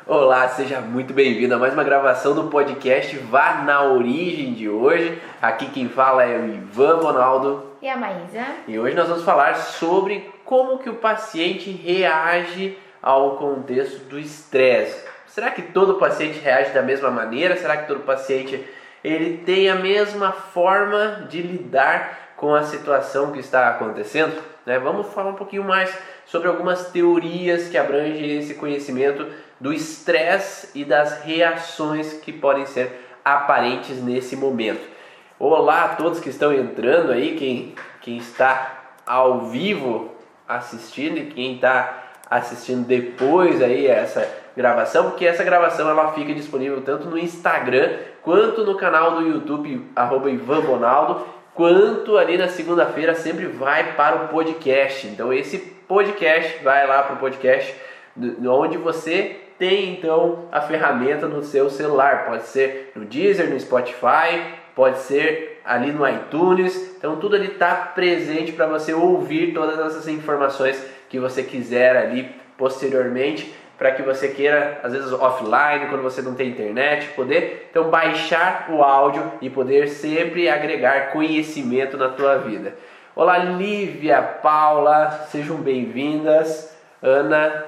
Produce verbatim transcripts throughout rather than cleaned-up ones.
Olá, seja muito bem-vindo a mais uma gravação do podcast Vá na Origem de hoje. Aqui quem fala é o Ivan Bonaldo e a Maísa. E hoje nós vamos falar sobre como que o paciente reage ao contexto do estresse. Será que todo paciente reage da mesma maneira? Será que todo paciente ele tem a mesma forma de lidar com a situação que está acontecendo? Né? Vamos falar um pouquinho mais sobre algumas teorias que abrangem esse conhecimento do estresse e das reações que podem ser aparentes nesse momento. Olá a todos que estão entrando aí, quem, quem está ao vivo assistindo e quem está assistindo depois aí essa gravação, porque essa gravação ela fica disponível tanto no Instagram quanto no canal do YouTube arroba Ivan Bonaldo, quanto ali na segunda-feira sempre vai para o podcast. Então esse podcast vai lá para o podcast onde você tem então a ferramenta no seu celular, pode ser no Deezer, no Spotify, pode ser ali no iTunes, então tudo ali está presente para você ouvir todas essas informações que você quiser ali posteriormente, para que você queira, às vezes offline, quando você não tem internet, poder então baixar o áudio e poder sempre agregar conhecimento na tua vida. Olá Lívia, Paula, sejam bem-vindas, Ana,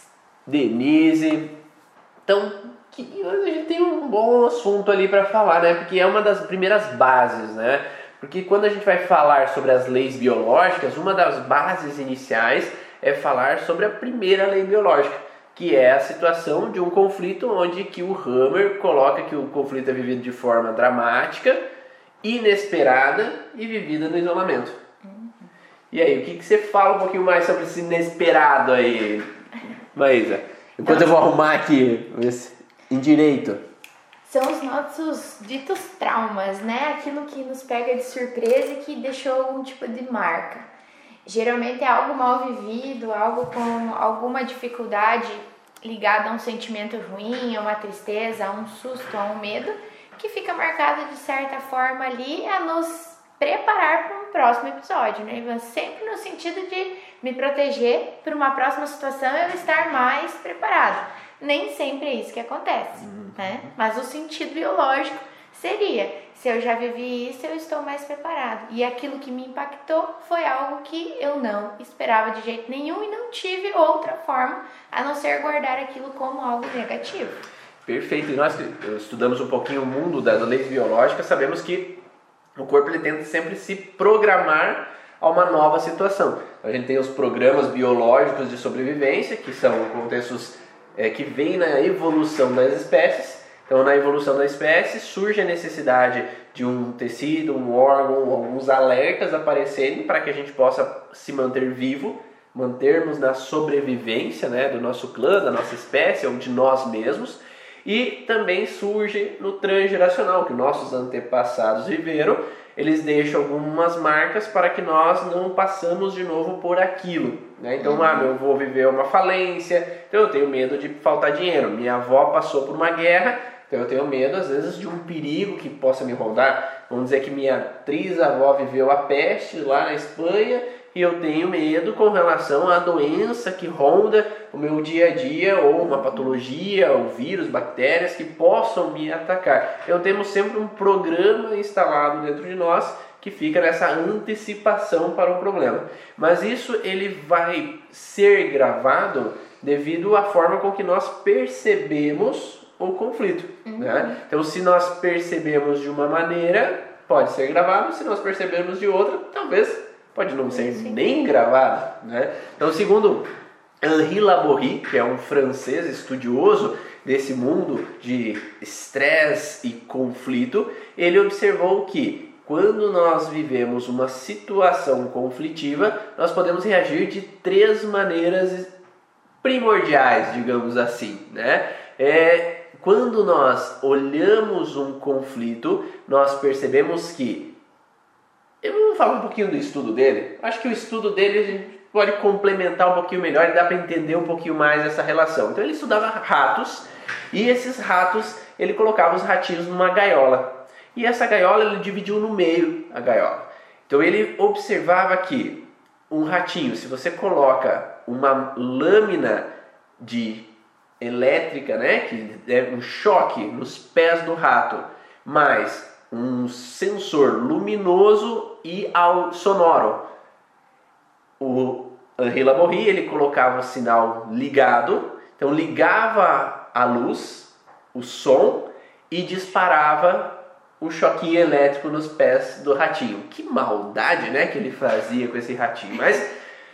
Denise. Então, que a gente tem um bom assunto ali para falar, né? Porque é uma das primeiras bases, né? Porque quando a gente vai falar sobre as leis biológicas, uma das bases iniciais é falar sobre a primeira lei biológica, que é a situação de um conflito onde que o Hammer coloca que o conflito é vivido de forma dramática, inesperada e vivida no isolamento. Uhum. E aí, o que, que você fala um pouquinho mais sobre esse inesperado aí, Maísa? Enquanto eu vou arrumar aqui esse indireito. São os nossos ditos traumas, né? Aquilo que nos pega de surpresa e que deixou algum tipo de marca. Geralmente é algo mal vivido, algo com alguma dificuldade ligada a um sentimento ruim, a uma tristeza, a um susto, a um medo, que fica marcado de certa forma ali a nos preparar para um próximo episódio, né, Ivan? Sempre no sentido de me proteger para uma próxima situação e eu estar mais preparado. Nem sempre é isso que acontece, uhum. né? Mas o sentido biológico seria, se eu já vivi isso, eu estou mais preparado. E aquilo que me impactou foi algo que eu não esperava de jeito nenhum e não tive outra forma a não ser guardar aquilo como algo negativo. Perfeito. E nós estudamos um pouquinho o mundo das leis biológicas, sabemos que o corpo ele tenta sempre se programar a uma nova situação. A gente tem os programas biológicos de sobrevivência, que são contextos é, que vêm na evolução das espécies. Então, na evolução da espécie, surge a necessidade de um tecido, um órgão, alguns alertas aparecerem para que a gente possa se manter vivo, mantermos na sobrevivência, né, do nosso clã, da nossa espécie ou de nós mesmos. E também surge no transgeracional, que nossos antepassados viveram, eles deixam algumas marcas para que nós não passamos de novo por aquilo. Né? Então, uhum. ah, meu avô viveu uma falência, então eu tenho medo de faltar dinheiro. Minha avó passou por uma guerra, então eu tenho medo, às vezes, de um perigo que possa me rondar. Vamos dizer que minha trisavó viveu a peste lá na Espanha e eu tenho medo com relação à doença que ronda o meu dia a dia, ou uma patologia, ou vírus, bactérias que possam me atacar. Então temos sempre um programa instalado dentro de nós que fica nessa antecipação para o problema. Mas isso ele vai ser gravado devido à forma com que nós percebemos o conflito. Uhum. Né? Então se nós percebemos de uma maneira, pode ser gravado. Se nós percebemos de outra, talvez pode não ser Sim. nem gravado. Né? Então segundo Henri Laborie, que é um francês estudioso desse mundo de estresse e conflito, ele observou que quando nós vivemos uma situação conflitiva, nós podemos reagir de três maneiras primordiais, digamos assim, né? É, quando nós olhamos um conflito, nós percebemos que... Eu vou falar um pouquinho do estudo dele. Acho que o estudo dele a gente pode complementar um pouquinho melhor e dá para entender um pouquinho mais essa relação. Então ele estudava ratos e esses ratos, ele colocava os ratinhos numa gaiola. E essa gaiola ele dividiu no meio a gaiola. Então ele observava que um ratinho, se você coloca uma lâmina de elétrica, né, que é um choque nos pés do rato, mais um sensor luminoso e sonoro. O Henri Laborie, ele colocava o sinal ligado, então ligava a luz, o som e disparava o choquinho elétrico nos pés do ratinho. Que maldade, né, que ele fazia com esse ratinho, mas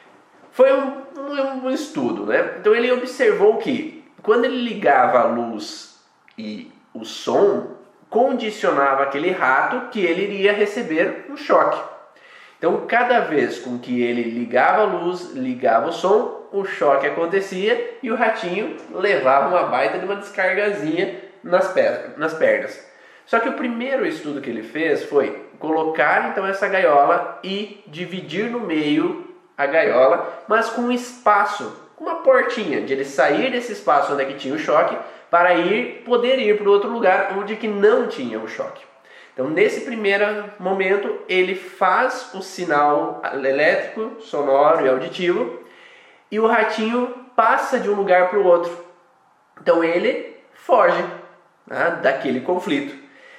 foi um, um, um estudo, né? Então ele observou que quando ele ligava a luz e o som, condicionava aquele rato que ele iria receber um choque. Então, cada vez com que ele ligava a luz, ligava o som, o choque acontecia e o ratinho levava uma baita de uma descargazinha nas, per- nas pernas. Só que o primeiro estudo que ele fez foi colocar então essa gaiola e dividir no meio a gaiola, mas com um espaço, uma portinha, de ele sair desse espaço onde é que tinha o choque para ir, poder ir para outro lugar onde que não tinha o choque. Então, nesse primeiro momento, ele faz o sinal elétrico, sonoro e auditivo e o ratinho passa de um lugar para o outro. Então, ele foge, né, daquele conflito.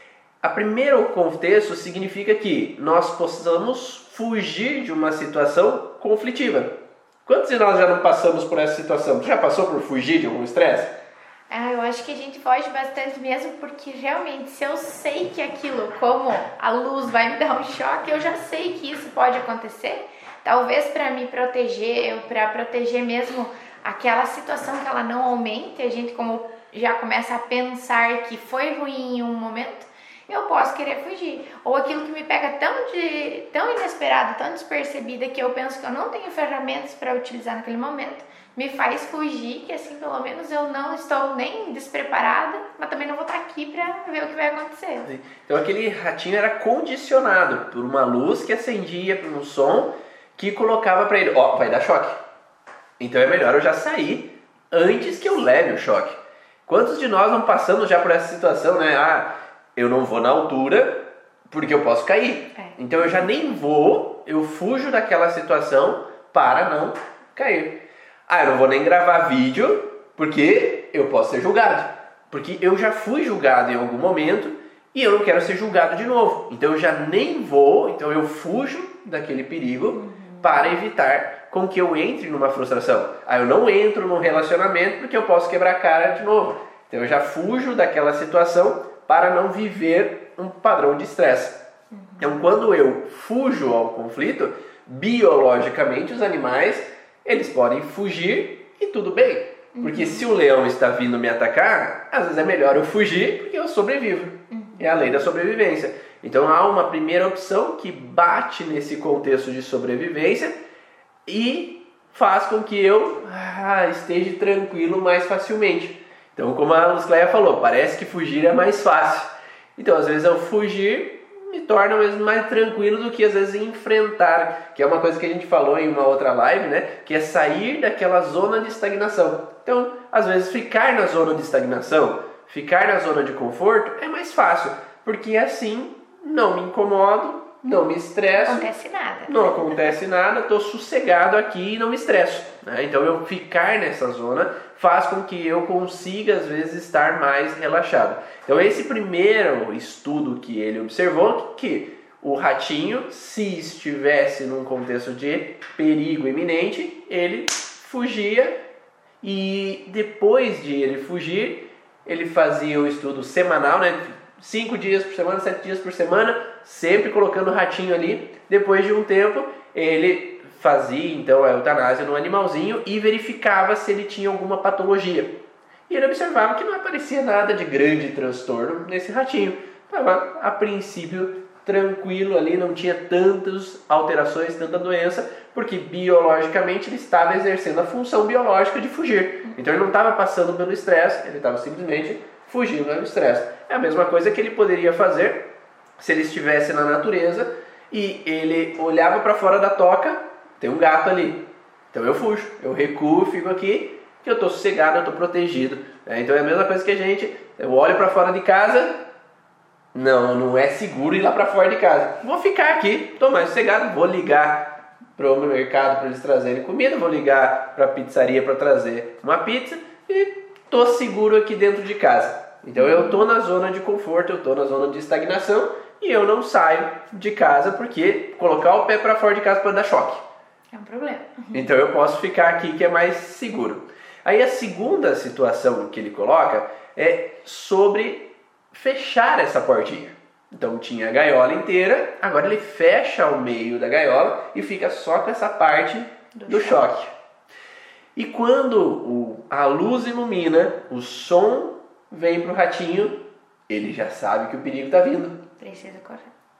A primeiro contexto significa que nós possamos fugir de uma situação conflitiva. Quantos de nós já não passamos por essa situação? Você já passou por fugir de algum estresse? Ah, eu acho que a gente foge bastante mesmo, porque realmente se eu sei que aquilo, como a luz vai me dar um choque, eu já sei que isso pode acontecer. Talvez para me proteger, para proteger mesmo aquela situação que ela não aumente, a gente como já começa a pensar que foi ruim em um momento, eu posso querer fugir. Ou aquilo que me pega tão, de, tão inesperado, tão despercebida, que eu penso que eu não tenho ferramentas para utilizar naquele momento, me faz fugir, que assim pelo menos eu não estou nem despreparada, mas também não vou estar aqui para ver o que vai acontecer. Sim. Então aquele ratinho era condicionado por uma luz que acendia, por um som que colocava para ele, ó, vai dar choque. Então é melhor eu já sair antes que eu leve o choque. Quantos de nós não passamos já por essa situação, né? Ah, eu não vou na altura porque eu posso cair. É. Então eu já nem vou, eu fujo daquela situação para não cair. Ah, eu não vou nem gravar vídeo porque eu posso ser julgado. Porque eu já fui julgado em algum momento e eu não quero ser julgado de novo. Então eu já nem vou, então eu fujo daquele perigo uhum. para evitar com que eu entre numa frustração. Ah, eu não entro num relacionamento porque eu posso quebrar a cara de novo. Então eu já fujo daquela situação para não viver um padrão de estresse. Uhum. Então quando eu fujo ao conflito, biologicamente os animais eles podem fugir e tudo bem. Porque uhum. se o leão está vindo me atacar, às vezes é melhor eu fugir porque eu sobrevivo. Uhum. É a lei da sobrevivência. Então há uma primeira opção que bate nesse contexto de sobrevivência e faz com que eu ah, esteja tranquilo mais facilmente. Então, como a Lucleia falou, parece que fugir é mais fácil. Então, às vezes, eu fugir me torna mesmo mais tranquilo do que, às vezes, enfrentar. Que é uma coisa que a gente falou em uma outra live, né? Que é sair daquela zona de estagnação. Então, às vezes, ficar na zona de estagnação, ficar na zona de conforto é mais fácil. Porque, assim, não me incomodo, não me estresso. Não acontece nada. Não acontece nada, estou sossegado aqui e não me estresso. Né? Então, eu ficar nessa zona faz com que eu consiga, às vezes, estar mais relaxado. Então, esse primeiro estudo que ele observou, que o ratinho, se estivesse num contexto de perigo iminente, ele fugia e depois de ele fugir, ele fazia o estudo semanal, né? Cinco dias por semana, sete dias por semana, sempre colocando o ratinho ali. Depois de um tempo, ele fazia então a eutanásia no animalzinho e verificava se ele tinha alguma patologia. E ele observava que não aparecia nada de grande transtorno nesse ratinho. Estava, a princípio, tranquilo ali, não tinha tantas alterações, tanta doença, porque biologicamente ele estava exercendo a função biológica de fugir. Então ele não estava passando pelo estresse, ele estava simplesmente fugindo do estresse. É a mesma coisa que ele poderia fazer se ele estivesse na natureza e ele olhava para fora da toca, tem um gato ali. Então eu fujo, eu recuo, fico aqui, que eu estou sossegado, eu estou protegido. Então é a mesma coisa que a gente, eu olho para fora de casa, não, não é seguro ir lá para fora de casa. Vou ficar aqui, estou mais sossegado, vou ligar para o mercado para eles trazerem comida, vou ligar para a pizzaria para trazer uma pizza e tô seguro aqui dentro de casa. Então eu tô na zona de conforto, eu tô na zona de estagnação e eu não saio de casa porque colocar o pé para fora de casa pode dar choque. É um problema. Então eu posso ficar aqui que é mais seguro. Aí a segunda situação que ele coloca é sobre fechar essa portinha. Então tinha a gaiola inteira, agora ele fecha o meio da gaiola e fica só com essa parte do, do choque. choque. E quando o, a luz ilumina, o som vem para o ratinho, ele já sabe que o perigo está vindo. Precisa correr.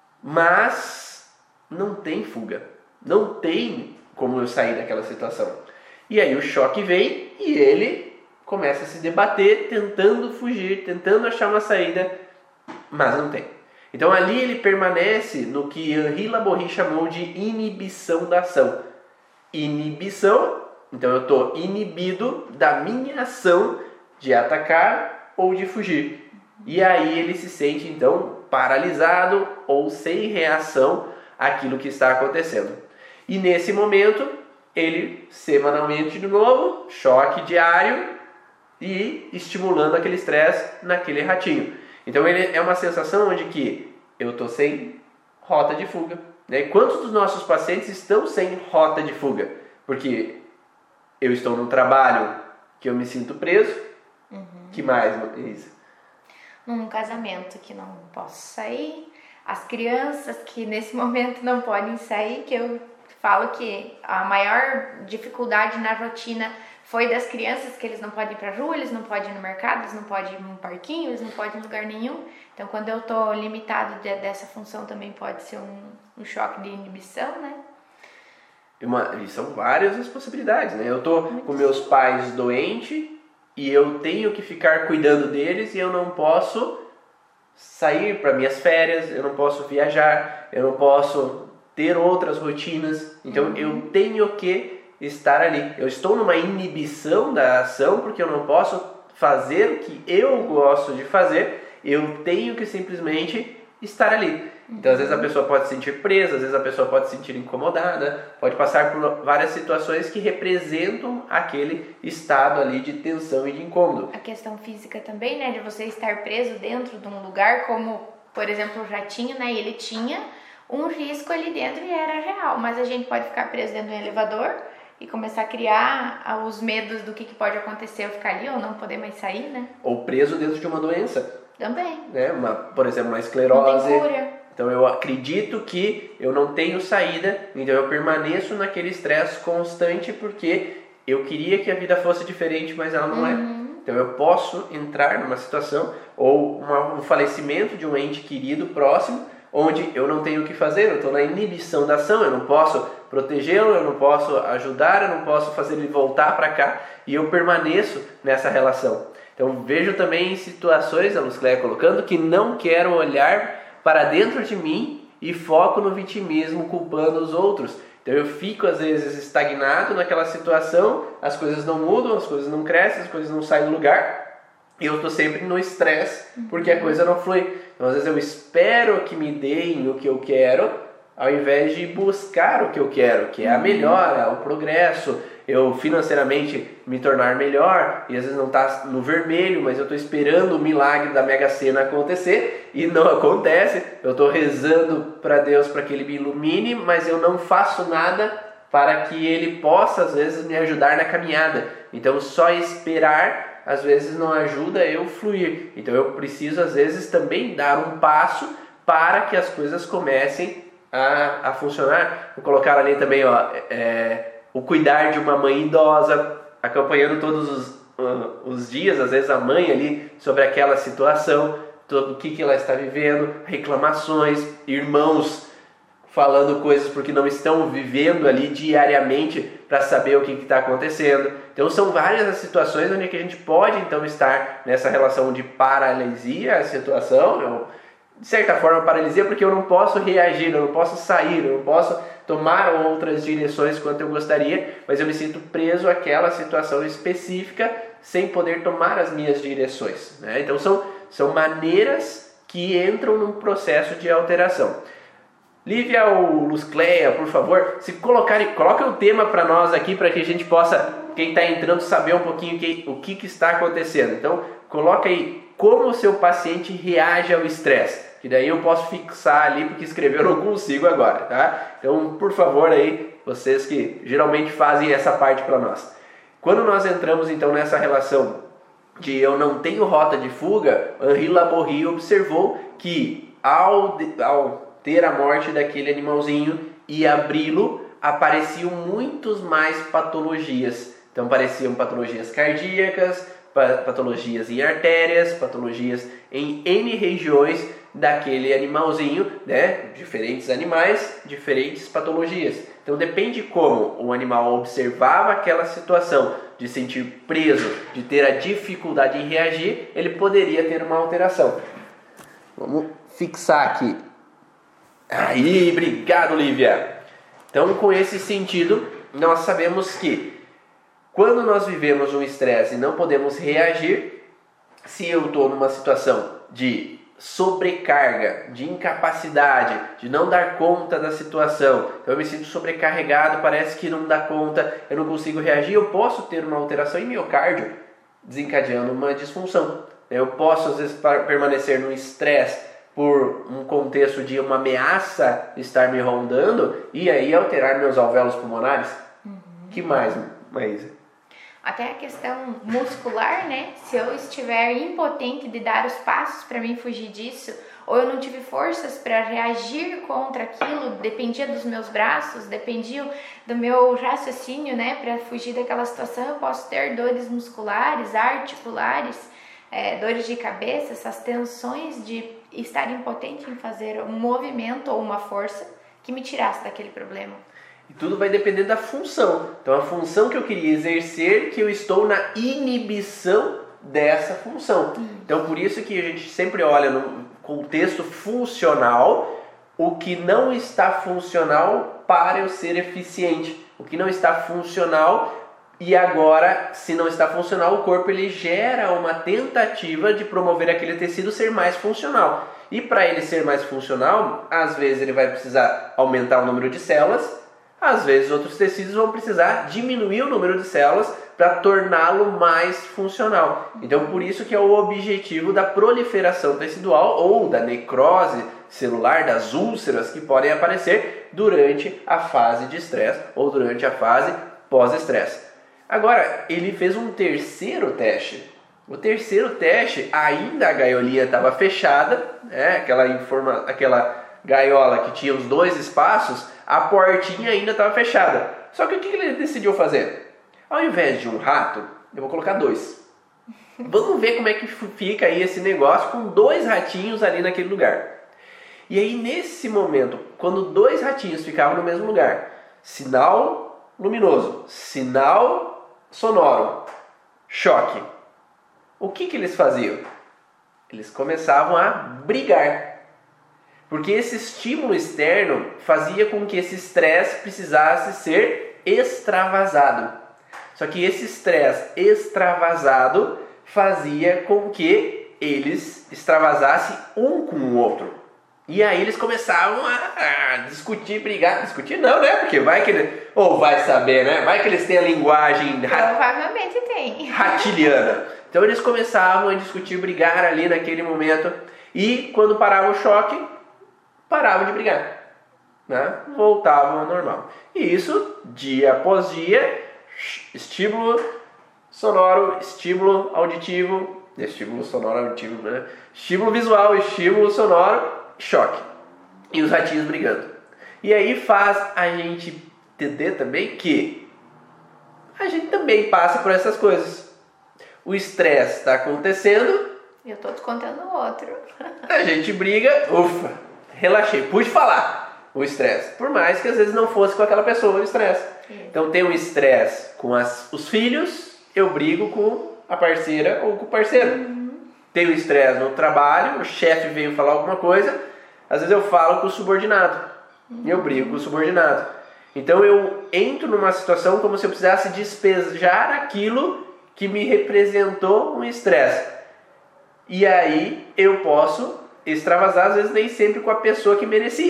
Mas não tem fuga, não tem como eu sair daquela situação. E aí o choque vem e ele começa a se debater, tentando fugir, tentando achar uma saída, mas não tem. Então ali ele permanece no que Henri Laborie chamou de inibição da ação. Inibição, então eu estou inibido da minha ação de atacar ou de fugir. E aí ele se sente então paralisado ou sem reação àquilo que está acontecendo. E nesse momento ele semanalmente de novo, choque diário e estimulando aquele estresse naquele ratinho. Então ele é uma sensação de que eu estou sem rota de fuga. Né? Quantos dos nossos pacientes estão sem rota de fuga? Porque eu estou num trabalho que eu me sinto preso. Uhum. Que mais, Isa? Num casamento que não posso sair. As crianças que nesse momento não podem sair, que eu falo que a maior dificuldade na rotina foi das crianças, que eles não podem ir pra rua, eles não podem ir no mercado, eles não podem ir num parquinho, eles não podem ir em lugar nenhum. Então, quando eu tô limitado de, dessa função, também pode ser um, um choque de inibição, né? Uma, e são várias as possibilidades, né? Eu tô Muito com meus pais doentes e eu tenho que ficar cuidando deles e eu não posso sair para minhas férias, eu não posso viajar, eu não posso ter outras rotinas. Então, uhum. eu tenho que estar ali. Eu estou numa inibição da ação porque eu não posso fazer o que eu gosto de fazer. Eu tenho que simplesmente estar ali. Então, às vezes a pessoa pode se sentir presa, às vezes a pessoa pode se sentir incomodada, pode passar por várias situações que representam aquele estado ali de tensão e de incômodo. A questão física também, né, de você estar preso dentro de um lugar como, por exemplo, o ratinho, né, ele tinha um risco ali dentro e era real, mas a gente pode ficar preso dentro de um elevador e começar a criar os medos do que, que pode acontecer, eu ficar ali ou não poder mais sair, né? Ou preso dentro de uma doença. Também. Né? Uma, por exemplo, uma esclerose. Não tem cura. Então eu acredito que eu não tenho saída, então eu permaneço naquele estresse constante porque eu queria que a vida fosse diferente, mas ela não uhum. é. Então eu posso entrar numa situação ou uma, um falecimento de um ente querido próximo, onde eu não tenho o que fazer, eu estou na inibição da ação, eu não posso protegê-lo, eu não posso ajudar, eu não posso fazer ele voltar para cá e eu permaneço nessa relação. Então vejo também situações, a Luz Cléia colocando, que não quero olhar para dentro de mim e foco no vitimismo, culpando os outros. Então eu fico às vezes estagnado naquela situação, as coisas não mudam, as coisas não crescem, as coisas não saem do lugar e eu estou sempre no estresse porque a coisa não flui. Então às vezes eu espero que me deem o que eu quero ao invés de buscar o que eu quero, que é a melhora, o progresso, eu financeiramente me tornar melhor e às vezes não está no vermelho, mas eu estou esperando o milagre da Mega Sena acontecer e não acontece. Eu estou rezando para Deus para que Ele me ilumine, mas eu não faço nada para que Ele possa às vezes me ajudar na caminhada. Então só esperar às vezes não ajuda eu fluir. Então eu preciso às vezes também dar um passo para que as coisas comecem a, a funcionar. Vou colocar ali também, ó, é, o cuidar de uma mãe idosa, acompanhando todos os, uh, os dias, às vezes a mãe ali, sobre aquela situação, todo, o que, que ela está vivendo, reclamações, irmãos falando coisas porque não estão vivendo ali diariamente para saber o que está acontecendo. Então são várias as situações onde que a gente pode então estar nessa relação de paralisia, a situação, eu, de certa forma paralisia porque eu não posso reagir, eu não posso sair, eu não posso tomar outras direções quanto eu gostaria, mas eu me sinto preso àquela situação específica sem poder tomar as minhas direções, né? Então são, são maneiras que entram num processo de alteração. Lívia ou Luz Cléia, por favor, se colocarem, coloquem o tema para nós aqui para que a gente possa quem está entrando saber um pouquinho que, o que, que está acontecendo. Então, coloca aí como o seu paciente reage ao estresse, que daí eu posso fixar ali, porque escrever eu não consigo agora, tá? Então, por favor aí, vocês que geralmente fazem essa parte para nós. Quando nós entramos então nessa relação de eu não tenho rota de fuga, Henri Laborie observou que ao, ao ter a morte daquele animalzinho e abri-lo, apareciam muitos mais patologias. Então apareciam patologias cardíacas, patologias em artérias, patologias em N regiões daquele animalzinho, né? Diferentes animais, diferentes patologias. Então depende como o animal observava aquela situação de sentir preso, de ter a dificuldade em reagir, ele poderia ter uma alteração. Vamos fixar aqui. Aí, obrigado, Lívia. Então, com esse sentido, nós sabemos que quando nós vivemos um estresse e não podemos reagir, se eu estou numa situação de sobrecarga, de incapacidade, de não dar conta da situação, então eu me sinto sobrecarregado, parece que não dá conta, eu não consigo reagir, eu posso ter uma alteração em miocárdio, desencadeando uma disfunção. Eu posso, às vezes, permanecer no estresse por um contexto de uma ameaça estar me rondando e aí alterar meus alvéolos pulmonares. Uhum. Que mais, Maísa? Até a questão muscular, né? Se eu estiver impotente de dar os passos para mim fugir disso, ou eu não tive forças para reagir contra aquilo, dependia dos meus braços, dependia do meu raciocínio, né? Para fugir daquela situação, eu posso ter dores musculares, articulares, é, dores de cabeça, essas tensões de estar impotente em fazer um movimento ou uma força que me tirasse daquele problema. E tudo vai depender da função. Então, a função que eu queria exercer, que eu estou na inibição dessa função. Hum. Então, por isso que a gente sempre olha no contexto funcional, o que não está funcional para eu ser eficiente. O que não está funcional, e agora, se não está funcional, o corpo ele gera uma tentativa de promover aquele tecido ser mais funcional. E para ele ser mais funcional, às vezes ele vai precisar aumentar o número de células, às vezes outros tecidos vão precisar diminuir o número de células para torná-lo mais funcional. Então por isso que é o objetivo da proliferação tecidual ou da necrose celular, das úlceras que podem aparecer durante a fase de estresse ou durante a fase pós-estresse. Agora, ele fez um terceiro teste. O terceiro teste, ainda a gaiolinha estava fechada, né? aquela, informa, aquela gaiola que tinha os dois espaços, a portinha ainda estava fechada. Só que o que ele decidiu fazer? Ao invés de um rato, eu vou colocar dois. Vamos ver como é que fica aí esse negócio com dois ratinhos ali naquele lugar. E aí, nesse momento, quando dois ratinhos ficavam no mesmo lugar, sinal luminoso, sinal sonoro, choque. O que que eles faziam? Eles começavam a brigar. Porque esse estímulo externo fazia com que esse estresse precisasse ser extravasado. Só que esse estresse extravasado fazia com que eles extravasassem um com o outro. E aí eles começavam a, a discutir, brigar. Discutir não, né? Porque vai que ele... Ou vai saber, né? Vai que eles têm a linguagem... Provavelmente tem. Ratiliana. Então eles começavam a discutir, brigar ali naquele momento. E quando parava o choque, paravam de brigar. Né? Voltavam ao normal. E isso, dia após dia, estímulo sonoro, estímulo auditivo, estímulo sonoro, auditivo, né? Estímulo visual, estímulo sonoro, choque. E os ratinhos brigando. E aí faz a gente entender também que a gente também passa por essas coisas. O estresse está acontecendo. Eu tô te contando o outro. A gente briga, ufa, relaxei, pude falar o estresse. Por mais que às vezes não fosse com aquela pessoa o estresse. Então tem um estresse com as, os filhos, eu brigo com a parceira ou com o parceiro. Uhum. Tem o estresse no trabalho, o chefe veio falar alguma coisa, às vezes eu falo com o subordinado. Uhum. E eu brigo com o subordinado. Então eu entro numa situação como se eu precisasse despejar aquilo que me representou um estresse. E aí eu posso extravasar, às vezes nem sempre com a pessoa que merecia.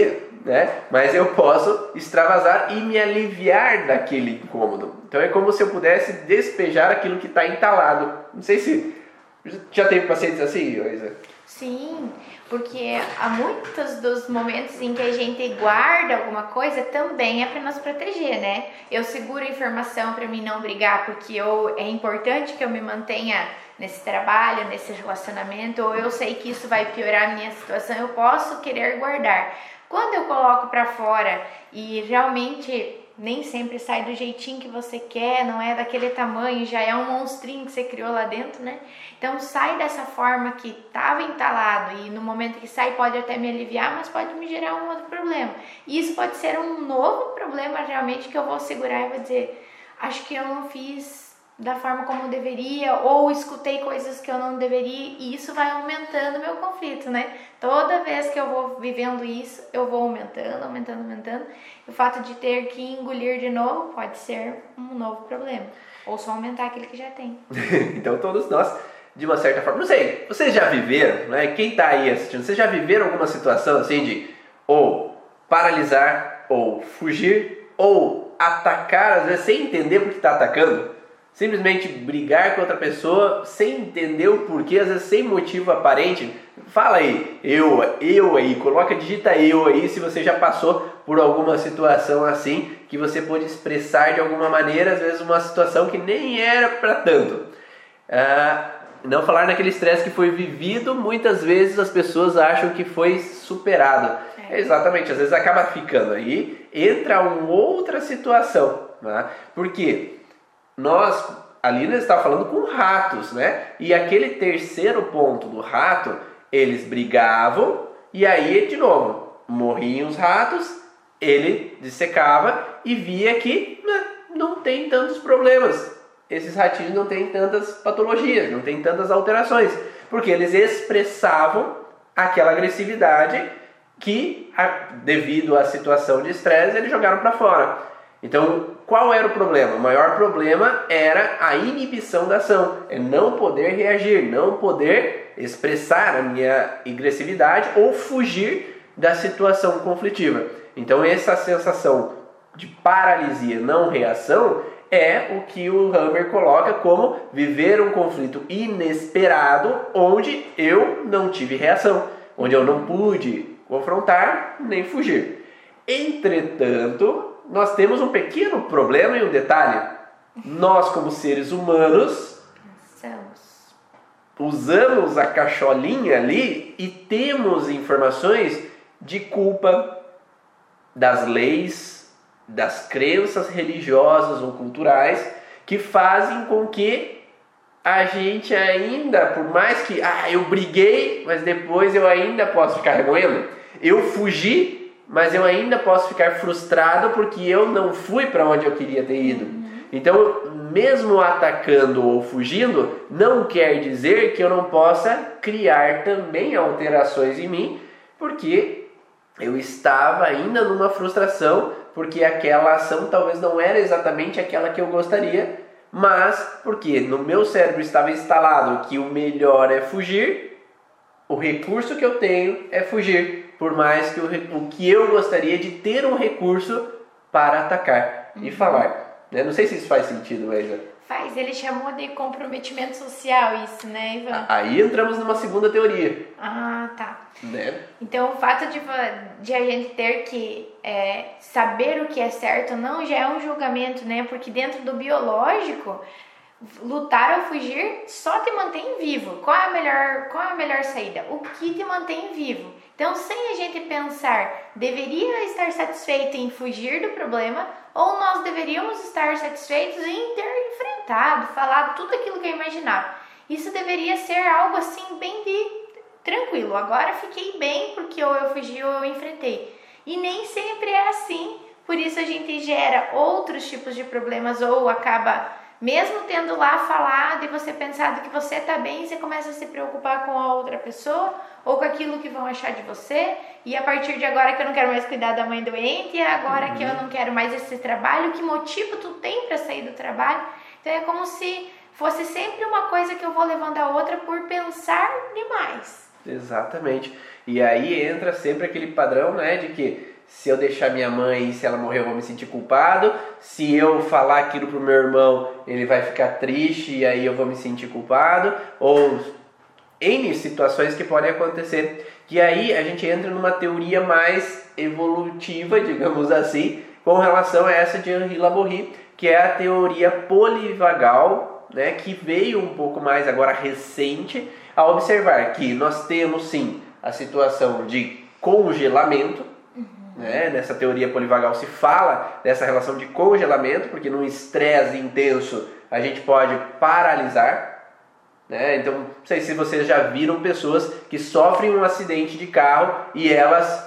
né? Mas eu posso extravasar e me aliviar daquele incômodo. Então é como se eu pudesse despejar aquilo que está entalado. Não sei se já teve pacientes assim, Isa? Sim, porque há muitos dos momentos em que a gente guarda alguma coisa também é para nos proteger, né? Eu seguro a informação para mim não brigar porque eu, é importante que eu me mantenha nesse trabalho, nesse relacionamento, ou eu sei que isso vai piorar a minha situação, eu posso querer guardar. Quando eu coloco para fora e realmente nem sempre sai do jeitinho que você quer, não é daquele tamanho, já é um monstrinho que você criou lá dentro, né? Então sai dessa forma que estava entalado e no momento que sai pode até me aliviar, mas pode me gerar um outro problema. E isso pode ser um novo problema realmente que eu vou segurar e vou dizer, acho que eu não fiz da forma como eu deveria, ou escutei coisas que eu não deveria, e isso vai aumentando o meu conflito, né? Toda vez que eu vou vivendo isso, eu vou aumentando, aumentando, aumentando. O fato de ter que engolir de novo pode ser um novo problema, ou só aumentar aquele que já tem. Então todos nós, de uma certa forma, não sei, vocês já viveram, né? Quem tá aí assistindo, vocês já viveram alguma situação assim de ou paralisar, ou fugir, ou atacar, às vezes sem entender porque tá atacando? Simplesmente brigar com outra pessoa sem entender o porquê, às vezes sem motivo aparente. Fala aí, eu, eu aí, coloca, digita eu aí se você já passou por alguma situação assim, que você pôde expressar de alguma maneira, às vezes uma situação que nem era para tanto. Ah, não falar naquele estresse que foi vivido, muitas vezes as pessoas acham que foi superado. É. Exatamente, às vezes acaba ficando aí, entra uma outra situação, né? Por quê? Nós, ali nós estávamos falando com ratos, né? E aquele terceiro ponto do rato, eles brigavam e aí, de novo, morriam os ratos, ele dissecava e via que né, não tem tantos problemas. Esses ratinhos não têm tantas patologias, não têm tantas alterações, porque eles expressavam aquela agressividade que, devido à situação de estresse, eles jogaram para fora. Então, qual era o problema? O maior problema era a inibição da ação, é não poder reagir, não poder expressar a minha agressividade ou fugir da situação conflitiva. Então, essa sensação de paralisia, não reação, é o que o Hammer coloca como viver um conflito inesperado, onde eu não tive reação, onde eu não pude confrontar nem fugir. Entretanto, nós temos um pequeno problema e um detalhe. Nós, como seres humanos, Somos. usamos a cacholinha ali e temos informações de culpa, das leis, das crenças religiosas ou culturais que fazem com que a gente ainda, por mais que ah, eu briguei, mas depois eu ainda posso ficar remoendo, eu fugi, mas eu ainda posso ficar frustrado porque eu não fui para onde eu queria ter ido. Uhum. Então, mesmo atacando ou fugindo, não quer dizer que eu não possa criar também alterações em mim, porque eu estava ainda numa frustração, porque aquela ação talvez não era exatamente aquela que eu gostaria, mas porque no meu cérebro estava instalado que o melhor é fugir, o recurso que eu tenho é fugir. Por mais que o, o que eu gostaria de ter um recurso para atacar uhum. e falar. Né? Não sei se isso faz sentido, mas... Faz, ele chamou de comprometimento social isso, né, Ivan? Aí entramos numa segunda teoria. Ah, tá. Né? Então o fato de, de a gente ter que é, saber o que é certo não já é um julgamento, né? Porque dentro do biológico, lutar ou fugir só te mantém vivo. Qual é a melhor, qual é a melhor saída? O que te mantém vivo. Então, sem a gente pensar, deveria estar satisfeito em fugir do problema ou nós deveríamos estar satisfeitos em ter enfrentado, falado tudo aquilo que eu imaginava. Isso deveria ser algo assim bem de tranquilo. Agora fiquei bem porque ou eu fugi ou eu enfrentei. E nem sempre é assim. Por isso a gente gera outros tipos de problemas ou acaba... Mesmo tendo lá falado e você pensado que você está bem, você começa a se preocupar com a outra pessoa ou com aquilo que vão achar de você. E a partir de agora que eu não quero mais cuidar da mãe doente, e agora uhum. que eu não quero mais esse trabalho, que motivo tu tem para sair do trabalho? Então é como se fosse sempre uma coisa que eu vou levando a outra por pensar demais. Exatamente. E aí entra sempre aquele padrão, né, de que se eu deixar minha mãe, se ela morrer eu vou me sentir culpado, se eu falar aquilo pro meu irmão ele vai ficar triste e aí eu vou me sentir culpado, ou N situações que podem acontecer. E aí a gente entra numa teoria mais evolutiva, digamos assim, com relação a essa de Henri Laborie, que é a teoria polivagal, né, que veio um pouco mais agora recente, a observar que nós temos sim a situação de congelamento, uhum. né, nessa teoria polivagal se fala dessa relação de congelamento, porque num estresse intenso a gente pode paralisar. Né? Então, não sei se vocês já viram pessoas que sofrem um acidente de carro e elas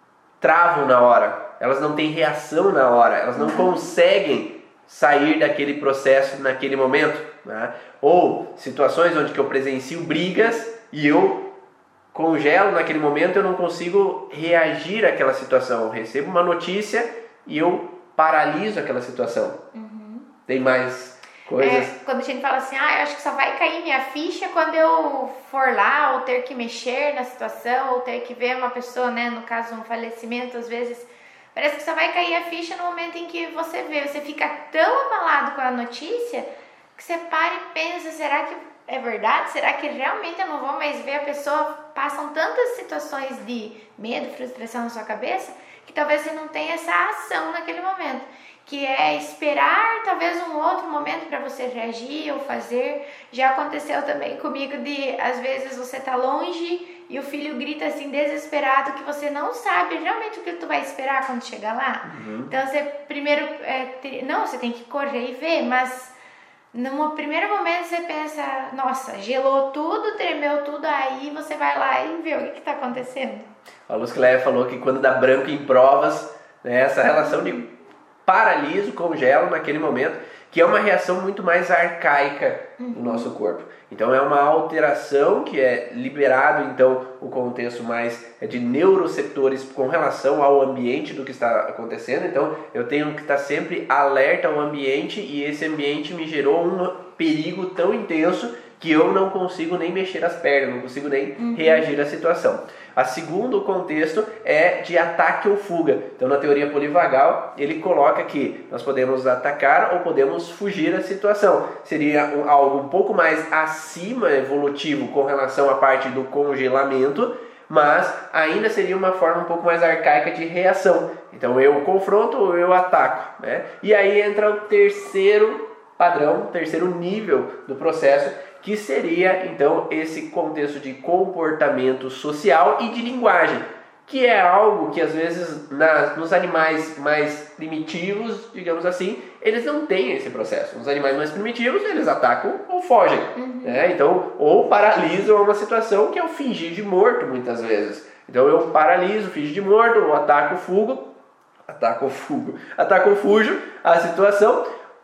travam na hora, elas não têm reação na hora, elas não conseguem sair daquele processo naquele momento. Né? Ou situações onde que eu presencio brigas e eu congelo naquele momento, eu não consigo reagir àquela situação. Eu recebo uma notícia e eu paraliso aquela situação. Uhum. Tem mais coisas? É, quando a gente fala assim, ah, eu acho que só vai cair minha ficha quando eu for lá, ou ter que mexer na situação, ou ter que ver uma pessoa, né, no caso um falecimento, às vezes parece que só vai cair a ficha no momento em que você vê, você fica tão abalado com a notícia que você para e pensa, será que é verdade? Será que realmente eu não vou mais ver a pessoa? Passam tantas situações de medo, frustração na sua cabeça, que talvez você não tenha essa ação naquele momento, que é esperar talvez um outro momento para você reagir ou fazer. Já aconteceu também comigo de, às vezes, você tá longe e o filho grita assim, desesperado, que você não sabe realmente o que tu vai esperar quando chegar lá. Uhum. Então, você primeiro, é, ter, não, você tem que correr e ver, mas num primeiro momento você pensa, nossa, gelou tudo, tremeu tudo, aí você vai lá e vê o que está acontecendo. A Luz Cleia falou que quando dá branco em provas, né, essa relação de paraliso, congelo naquele momento, que é uma reação muito mais arcaica do nosso corpo. Então é uma alteração que é liberado, então, o contexto mais de neuroceptores com relação ao ambiente do que está acontecendo. Então eu tenho que estar sempre alerta ao ambiente e esse ambiente me gerou um perigo tão intenso que eu não consigo nem mexer as pernas, não consigo nem uhum. reagir à situação. A segundo contexto é de ataque ou fuga. Então, na teoria polivagal, ele coloca que nós podemos atacar ou podemos fugir da situação. Seria um, algo um pouco mais acima evolutivo com relação à parte do congelamento, mas ainda seria uma forma um pouco mais arcaica de reação. Então, eu confronto ou eu ataco. Né? E aí entra o terceiro padrão, o terceiro nível do processo, que seria, então, esse contexto de comportamento social e de linguagem, que é algo que, às vezes, na, nos animais mais primitivos, digamos assim, eles não têm esse processo. Os animais mais primitivos, eles atacam ou fogem, uhum. né? Então, ou paralisam uma situação que é o fingir de morto, muitas vezes. Então, eu paraliso, finjo de morto, ou ataco, fugo, ataco, fugo, ataco, fujo a situação,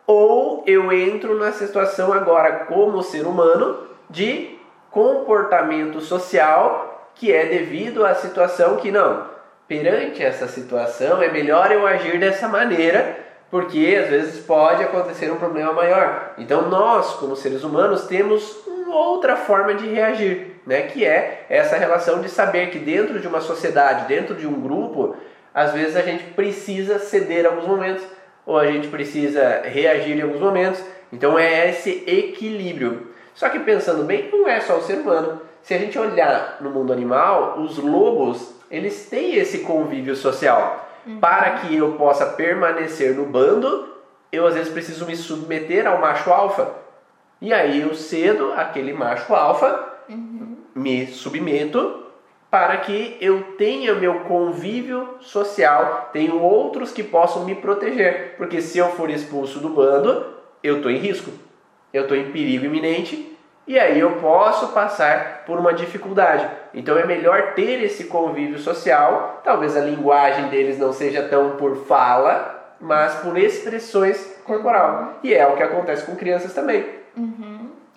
ou eu entro na situação agora como ser humano de comportamento social que é devido à situação que não, perante essa situação é melhor eu agir dessa maneira porque às vezes pode acontecer um problema maior. Então nós como seres humanos temos uma outra forma de reagir, né? Que é essa relação de saber que dentro de uma sociedade, dentro de um grupo, às vezes a gente precisa ceder em alguns momentos, ou a gente precisa reagir em alguns momentos. Então é esse equilíbrio. Só que pensando bem, não é só o ser humano. Se a gente olhar no mundo animal, os lobos, eles têm esse convívio social. Uhum. Para que eu possa permanecer no bando, eu às vezes preciso me submeter ao macho alfa. E aí eu cedo aquele macho alfa, uhum. me submeto, para que eu tenha meu convívio social, tenho outros que possam me proteger. Porque se eu for expulso do bando, eu estou em risco, eu estou em perigo iminente, e aí eu posso passar por uma dificuldade. Então é melhor ter esse convívio social, talvez a linguagem deles não seja tão por fala, mas por expressões corporais. E é o que acontece com crianças também. Uhum.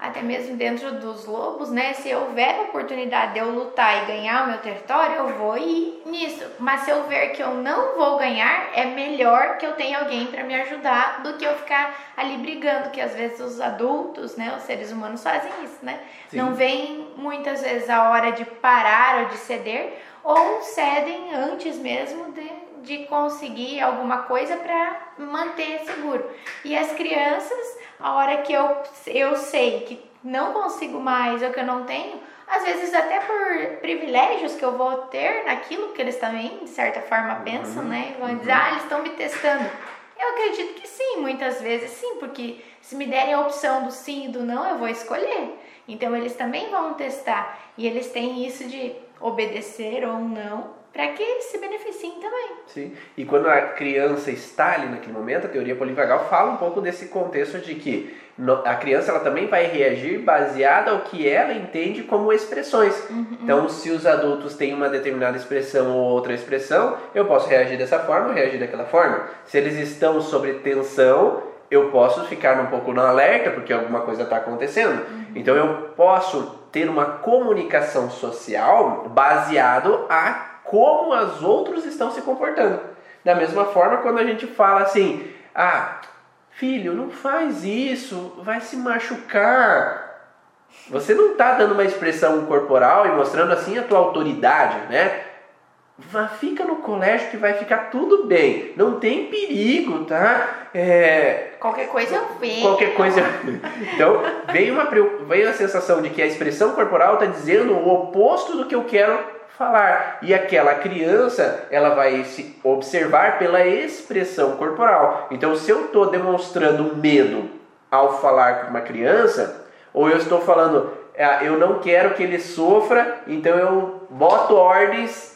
até mesmo dentro dos lobos, né? Se houver a oportunidade de eu lutar e ganhar o meu território, eu vou ir nisso. Mas se eu ver que eu não vou ganhar, é melhor que eu tenha alguém para me ajudar do que eu ficar ali brigando, que às vezes os adultos, né, os seres humanos fazem isso, né? Sim. Não vem muitas vezes a hora de parar ou de ceder, ou cedem antes mesmo de, de conseguir alguma coisa para manter seguro. E as crianças, a hora que eu, eu sei que não consigo mais ou que eu não tenho, às vezes até por privilégios que eu vou ter naquilo que eles também, de certa forma, pensam, uhum. né? E vão dizer, ah, eles estão me testando. Eu acredito que sim, muitas vezes sim, porque se me derem a opção do sim e do não, eu vou escolher. Então eles também vão testar. E eles têm isso de obedecer ou não, para que eles se beneficiem também. Sim, e quando a criança está ali naquele momento, a teoria polivagal fala um pouco desse contexto de que a criança ela também vai reagir baseada ao que ela entende como expressões. Uhum. Então, se os adultos têm uma determinada expressão ou outra expressão, eu posso reagir dessa forma ou reagir daquela forma. Se eles estão sob tensão, eu posso ficar um pouco no alerta porque alguma coisa está acontecendo. Uhum. Então, eu posso ter uma comunicação social baseado a como os outros estão se comportando. Da mesma forma, quando a gente fala assim, ah, filho, não faz isso, vai se machucar. Você não está dando uma expressão corporal e mostrando assim a tua autoridade, né? Fica no colégio que vai ficar tudo bem, não tem perigo, tá? É... Qualquer coisa eu vejo. Qualquer coisa. Então, vem uma, vem a sensação de que a expressão corporal está dizendo o oposto do que eu quero falar. E aquela criança, ela vai se observar pela expressão corporal. Então, se eu estou demonstrando medo ao falar com uma criança, ou eu estou falando, ah, eu não quero que ele sofra, então eu boto ordens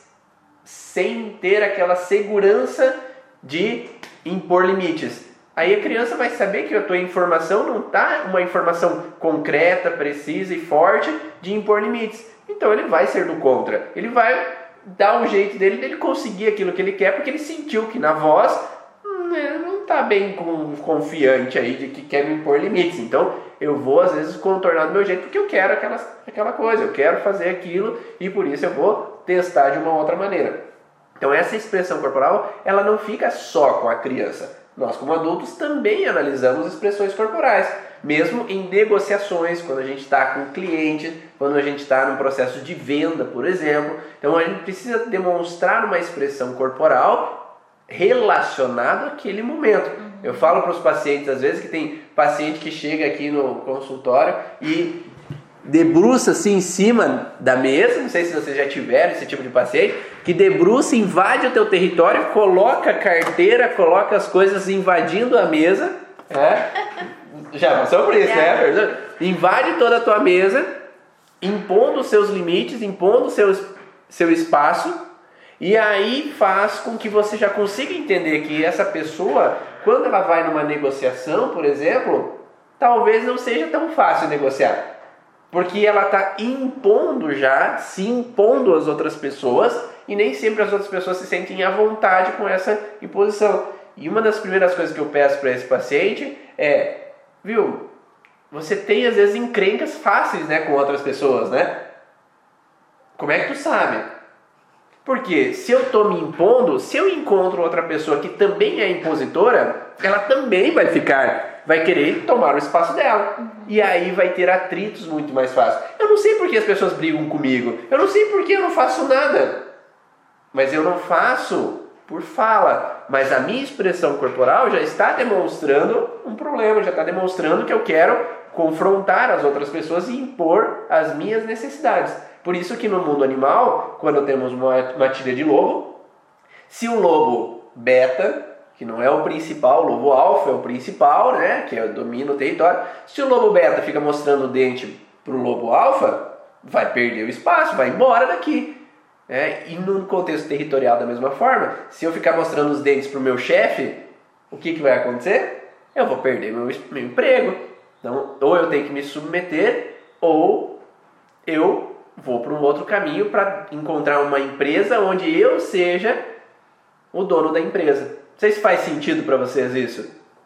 sem ter aquela segurança de impor limites. Aí a criança vai saber que a tua informação não está uma informação concreta, precisa e forte de impor limites. Então ele vai ser do contra. Ele vai dar um jeito dele dele conseguir aquilo que ele quer, porque ele sentiu que na voz hum, não está bem com, confiante aí de que quer me impor limites. Então eu vou às vezes contornar do meu jeito porque eu quero aquela, aquela coisa, eu quero fazer aquilo e por isso eu vou testar de uma outra maneira. Então essa expressão corporal, ela não fica só com a criança. Nós como adultos também analisamos expressões corporais, mesmo em negociações, quando a gente está com o cliente, quando a gente está num processo de venda, por exemplo. Então a gente precisa demonstrar uma expressão corporal relacionada àquele momento. Eu falo para os pacientes, às vezes que tem paciente que chega aqui no consultório e debruça assim em cima da mesa, não sei se vocês já tiveram esse tipo de paciente, que debruça, invade o teu território, coloca a carteira, coloca as coisas invadindo a mesa, é? Já passou por isso, é. né? Invade toda a tua mesa, impondo os seus limites, impondo o seu, seu espaço, e aí faz com que você já consiga entender que essa pessoa, quando ela vai numa negociação, por exemplo, talvez não seja tão fácil negociar. Porque ela está impondo já, se impondo às outras pessoas, e nem sempre as outras pessoas se sentem à vontade com essa imposição. E uma das primeiras coisas que eu peço para esse paciente é, viu, você tem às vezes encrencas fáceis, né, com outras pessoas, né? Como é que tu sabe? Porque se eu estou me impondo, se eu encontro outra pessoa que também é impositora, ela também vai ficar, vai querer tomar o espaço dela. Uhum. E aí vai ter atritos muito mais fáceis. Eu não sei por que as pessoas brigam comigo. Eu não sei por que eu não faço nada. Mas eu não faço por fala. Mas a minha expressão corporal já está demonstrando um problema, já está demonstrando que eu quero confrontar as outras pessoas e impor as minhas necessidades. Por isso que no mundo animal, quando temos uma matilha de lobo, se o lobo beta, que não é o principal, o lobo alfa é o principal, né, que é, domina o território, se o lobo beta fica mostrando o dente para o lobo alfa, vai perder o espaço, vai embora daqui. É, e no contexto territorial da mesma forma, se eu ficar mostrando os dentes para o meu chefe, o que, que vai acontecer? Eu vou perder meu, meu emprego. Então, ou eu tenho que me submeter, ou eu vou para um outro caminho para encontrar uma empresa onde eu seja o dono da empresa. Não sei se faz sentido para vocês isso.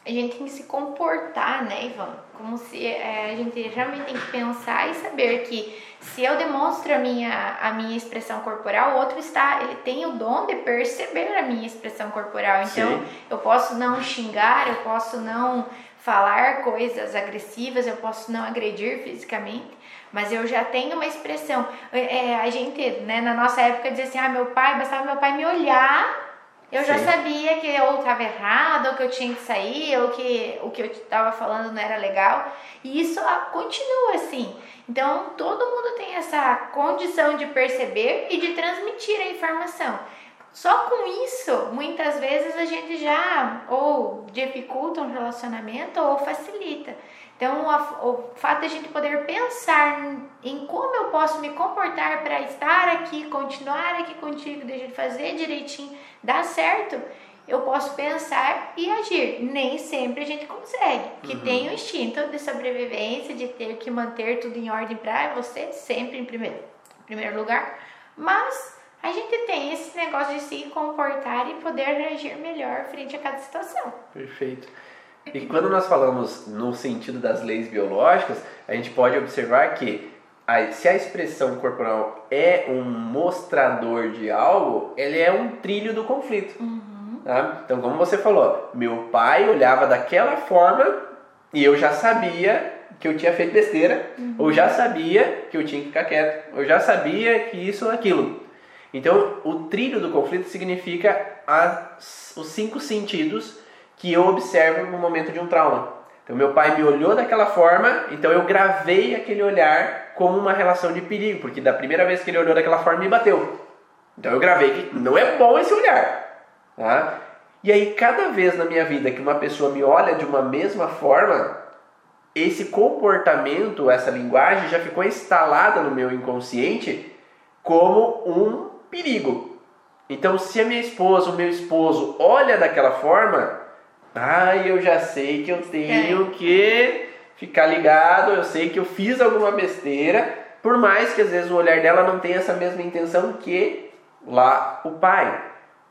a gente tem que se comportar, né, Ivan? Como se é, a gente realmente tem que pensar e saber que se eu demonstro a minha, a minha expressão corporal, o outro está, ele tem o dom de perceber a minha expressão corporal. Então, sim, eu posso não xingar, eu posso não falar coisas agressivas, eu posso não agredir fisicamente, mas eu já tenho uma expressão. É, a gente, né, na nossa época dizia assim, ah, meu pai, bastava meu pai me olhar, eu já Sim. sabia que eu estava errada, ou que eu tinha que sair, ou que o que eu estava falando não era legal. E isso continua assim. Então, todo mundo tem essa condição de perceber e de transmitir a informação. Só com isso, muitas vezes a gente já ou dificulta um relacionamento ou facilita. Então, o fato de a gente poder pensar em como eu posso me comportar para estar aqui, continuar aqui contigo, de a gente fazer direitinho, dar certo, eu posso pensar e agir. Nem sempre a gente consegue, porque uhum. tem o instinto de sobrevivência, de ter que manter tudo em ordem para você, sempre em primeiro, em primeiro lugar. Mas a gente tem esse negócio de se comportar e poder reagir melhor frente a cada situação. Perfeito. E quando nós falamos no sentido das leis biológicas, a gente pode observar que a, se a expressão corporal é um mostrador de algo, ele é um trilho do conflito. Uhum. Tá? Então, como você falou, meu pai olhava daquela forma e eu já sabia que eu tinha feito besteira, uhum. ou já sabia que eu tinha que ficar quieto, eu já sabia que isso ou aquilo. Então, o trilho do conflito significa as, os cinco sentidos que eu observo no momento de um trauma. Então, meu pai me olhou daquela forma, então eu gravei aquele olhar como uma relação de perigo, porque da primeira vez que ele olhou daquela forma, me bateu. Então, eu gravei que não é bom esse olhar. Tá? E aí, cada vez na minha vida que uma pessoa me olha de uma mesma forma, esse comportamento, essa linguagem já ficou instalada no meu inconsciente como um perigo. Então, se a minha esposa, o meu esposo olha daquela forma, ah, eu já sei que eu tenho é. que ficar ligado, eu sei que eu fiz alguma besteira, por mais que às vezes o olhar dela não tenha essa mesma intenção que lá o pai.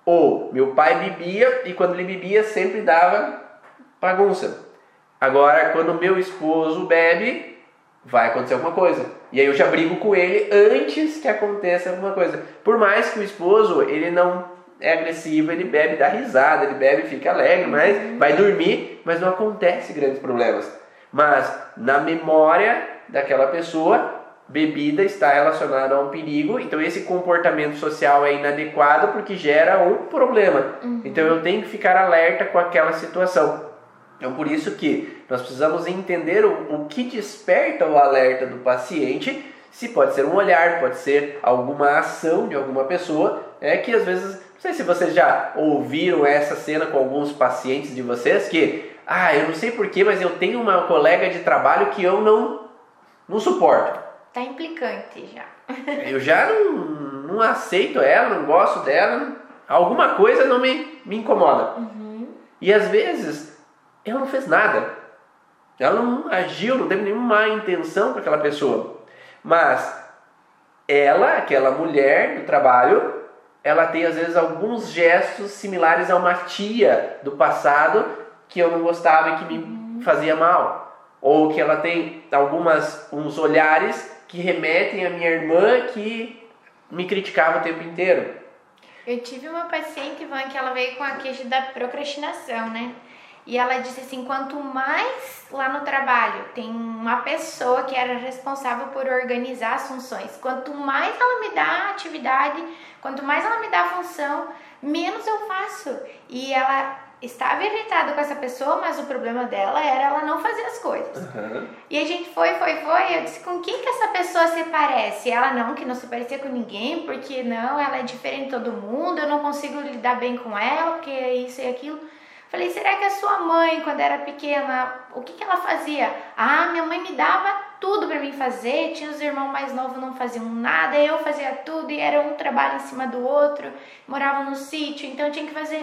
Ou meu pai bebia e quando ele bebia sempre dava bagunça. Agora, quando meu esposo bebe, vai acontecer alguma coisa. E aí eu já brigo com ele antes que aconteça alguma coisa. Por mais que o esposo, ele não é agressivo, ele bebe, dá risada, ele bebe, fica alegre, mas vai dormir, mas não acontece grandes problemas. Mas na memória daquela pessoa, bebida está relacionada a um perigo, então esse comportamento social é inadequado porque gera um problema. Uhum. Então eu tenho que ficar alerta com aquela situação. Então por isso que nós precisamos entender o, o que desperta o alerta do paciente, se pode ser um olhar, pode ser alguma ação de alguma pessoa, é que às vezes... Não sei se vocês já ouviram essa cena com alguns pacientes de vocês que, ah, eu não sei porquê, mas eu tenho uma colega de trabalho que eu não, não suporto. Tá implicante já. Eu já não, não aceito ela, não gosto dela, alguma coisa não me, me incomoda. Uhum. E às vezes ela não fez nada, ela não agiu, não teve nenhuma má intenção com aquela pessoa, mas ela, aquela mulher do trabalho, ela tem às vezes alguns gestos similares a uma tia do passado que eu não gostava e que me fazia mal. Ou que ela tem algumas, uns olhares que remetem à minha irmã que me criticava o tempo inteiro. Eu tive uma paciente, Ivan, que ela veio com a queixa da procrastinação, né? E ela disse assim, quanto mais lá no trabalho tem uma pessoa que era responsável por organizar as funções, quanto mais ela me dá atividade, quanto mais ela me dá função, menos eu faço. E ela estava irritada com essa pessoa, mas o problema dela era ela não fazer as coisas. Uhum. E a gente foi, foi, foi, eu disse, com quem que essa pessoa se parece? Ela não, que não se parecia com ninguém, porque não, ela é diferente de todo mundo, eu não consigo lidar bem com ela, porque é isso e aquilo. Falei, será que a sua mãe, quando era pequena, o que que ela fazia? Ah, minha mãe me dava tudo pra mim fazer, tinha os irmãos mais novos, não faziam nada, eu fazia tudo e era um trabalho em cima do outro, morava no sítio, então eu tinha que fazer.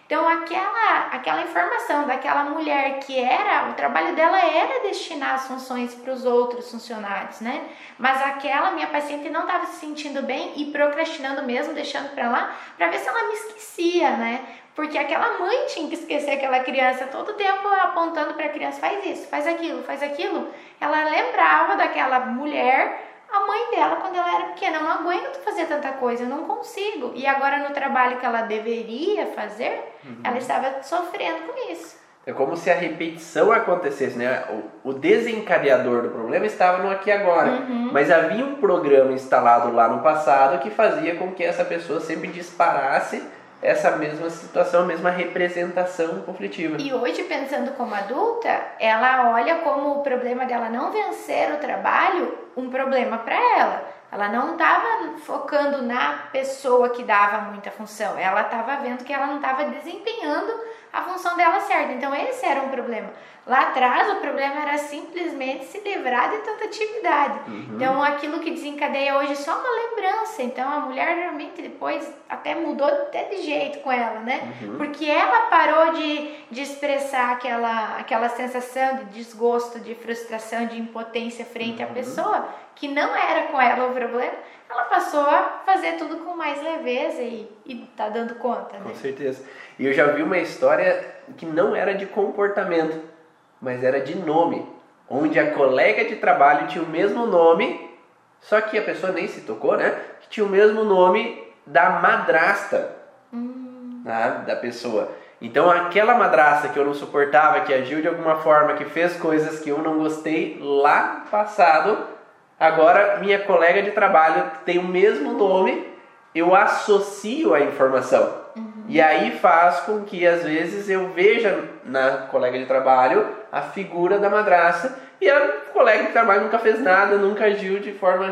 Então aquela, aquela informação daquela mulher que era, o trabalho dela era destinar as funções para os outros funcionários, né? Mas aquela minha paciente não estava se sentindo bem e procrastinando mesmo, deixando para lá, para ver se ela me esquecia, né? Porque aquela mãe tinha que esquecer aquela criança todo tempo apontando para a criança, faz isso, faz aquilo, faz aquilo. Ela lembrava daquela mulher, a mãe dela, quando ela era pequena, eu não aguento fazer tanta coisa, eu não consigo. E agora no trabalho que ela deveria fazer, uhum. ela estava sofrendo com isso. É como se a repetição acontecesse, né? O, o desencadeador do problema estava no aqui e agora. Uhum. Mas havia um programa instalado lá no passado que fazia com que essa pessoa sempre disparasse essa mesma situação, a mesma representação conflitiva. E hoje, pensando como adulta, ela olha como o problema dela não vencer o trabalho um problema para ela. Ela não estava focando na pessoa que dava muita função, ela estava vendo que ela não estava desempenhando a função dela certa. Então esse era um problema. Lá atrás o problema era simplesmente se livrar de tanta atividade. Uhum. Então aquilo que desencadeia hoje é só uma lembrança. Então a mulher realmente depois até mudou até de jeito com ela, né? Uhum. Porque ela parou de, de expressar aquela, aquela sensação de desgosto, de frustração, de impotência frente uhum. à pessoa, que não era com ela o problema. Ela passou a fazer tudo com mais leveza e, e tá dando conta, né? Com certeza. E eu já vi uma história que não era de comportamento, mas era de nome, onde a colega de trabalho tinha o mesmo nome, só que a pessoa nem se tocou, né? Que tinha o mesmo nome da madrasta hum. né? da pessoa. Então aquela madrasta que eu não suportava, que agiu de alguma forma, que fez coisas que eu não gostei lá no passado, agora minha colega de trabalho tem o mesmo nome, eu associo a informação. Uhum. E aí faz com que às vezes eu veja na colega de trabalho a figura da madrasta e a colega de trabalho nunca fez nada, nunca agiu de forma